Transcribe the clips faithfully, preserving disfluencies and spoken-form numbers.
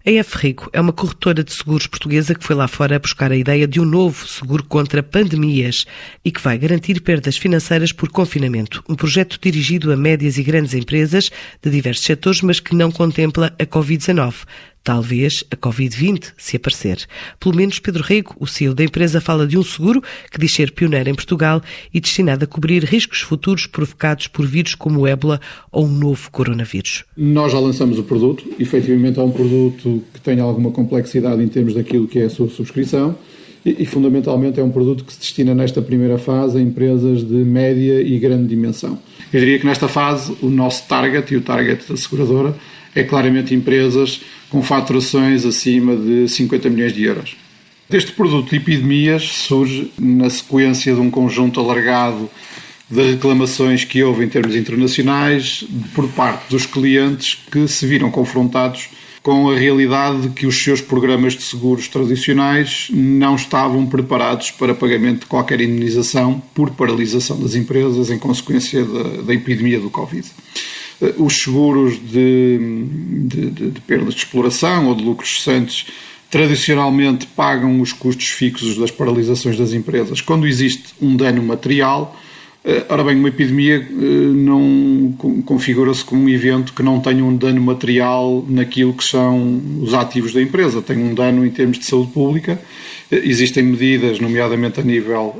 A F-Rico é uma corretora de seguros portuguesa que foi lá fora buscar a ideia de um novo seguro contra pandemias e que vai garantir perdas financeiras por confinamento. Um projeto dirigido a médias e grandes empresas de diversos setores, mas que não contempla a covid dezanove. Talvez a covid vinte, se aparecer. Pelo menos Pedro Rego, o C E O da empresa, fala de um seguro que diz ser pioneiro em Portugal e destinado a cobrir riscos futuros provocados por vírus como o ébola ou um novo coronavírus. Nós já lançamos o produto. Efetivamente é um produto que tem alguma complexidade em termos daquilo que é a sua subscrição e, e fundamentalmente é um produto que se destina nesta primeira fase a empresas de média e grande dimensão. Eu diria que nesta fase o nosso target e o target da seguradora é claramente empresas com faturações acima de cinquenta milhões de euros. Este produto de epidemias surge na sequência de um conjunto alargado de reclamações que houve em termos internacionais por parte dos clientes que se viram confrontados com a realidade de que os seus programas de seguros tradicionais não estavam preparados para pagamento de qualquer indemnização por paralisação das empresas em consequência da, da epidemia do Covid. Os seguros de, de, de, de perdas de exploração ou de lucros cessantes tradicionalmente pagam os custos fixos das paralisações das empresas quando existe um dano material. Ora bem, uma epidemia não configura-se como um evento que não tenha um dano material naquilo que são os ativos da empresa. Tem um dano em termos de saúde pública. Existem medidas, nomeadamente a nível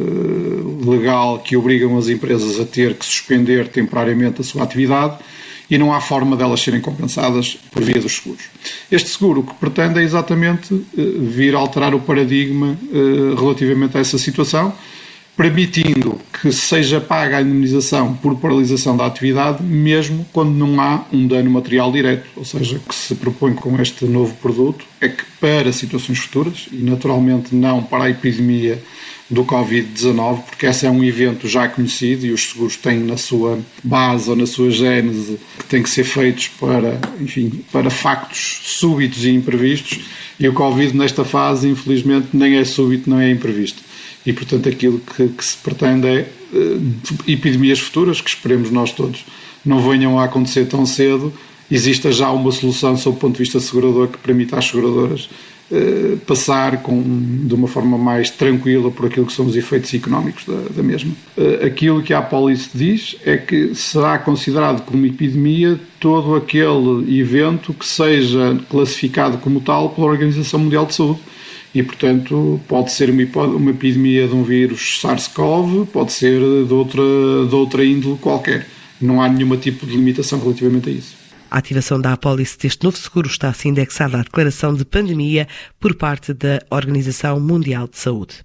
uh, legal, que obrigam as empresas a ter que suspender temporariamente a sua atividade e não há forma delas serem compensadas por via dos seguros. Este seguro o que pretende é exatamente uh, vir alterar o paradigma uh, relativamente a essa situação, permitindo que seja paga a indemnização por paralisação da atividade, mesmo quando não há um dano material direto. Ou seja, o que se propõe com este novo produto é que para situações futuras, e naturalmente não para a epidemia do covid dezanove, porque esse é um evento já conhecido e os seguros têm na sua base ou na sua gênese que têm que ser feitos para, enfim, para factos súbitos e imprevistos, e o Covid nesta fase, infelizmente, nem é súbito, nem é imprevisto. E, portanto, aquilo que, que se pretende é uh, epidemias futuras, que esperemos nós todos não venham a acontecer tão cedo, exista já uma solução sob o ponto de vista segurador que permita às seguradoras uh, passar com, de uma forma mais tranquila por aquilo que são os efeitos económicos da, da mesma. Uh, aquilo que a Apólice diz é que será considerado como epidemia todo aquele evento que seja classificado como tal pela Organização Mundial de Saúde. E, portanto, pode ser uma, uma epidemia de um vírus SARS-CoV, pode ser de outra, de outra índole qualquer. Não há nenhum tipo de limitação relativamente a isso. A ativação da apólice deste novo seguro está assim indexada à declaração de pandemia por parte da Organização Mundial de Saúde.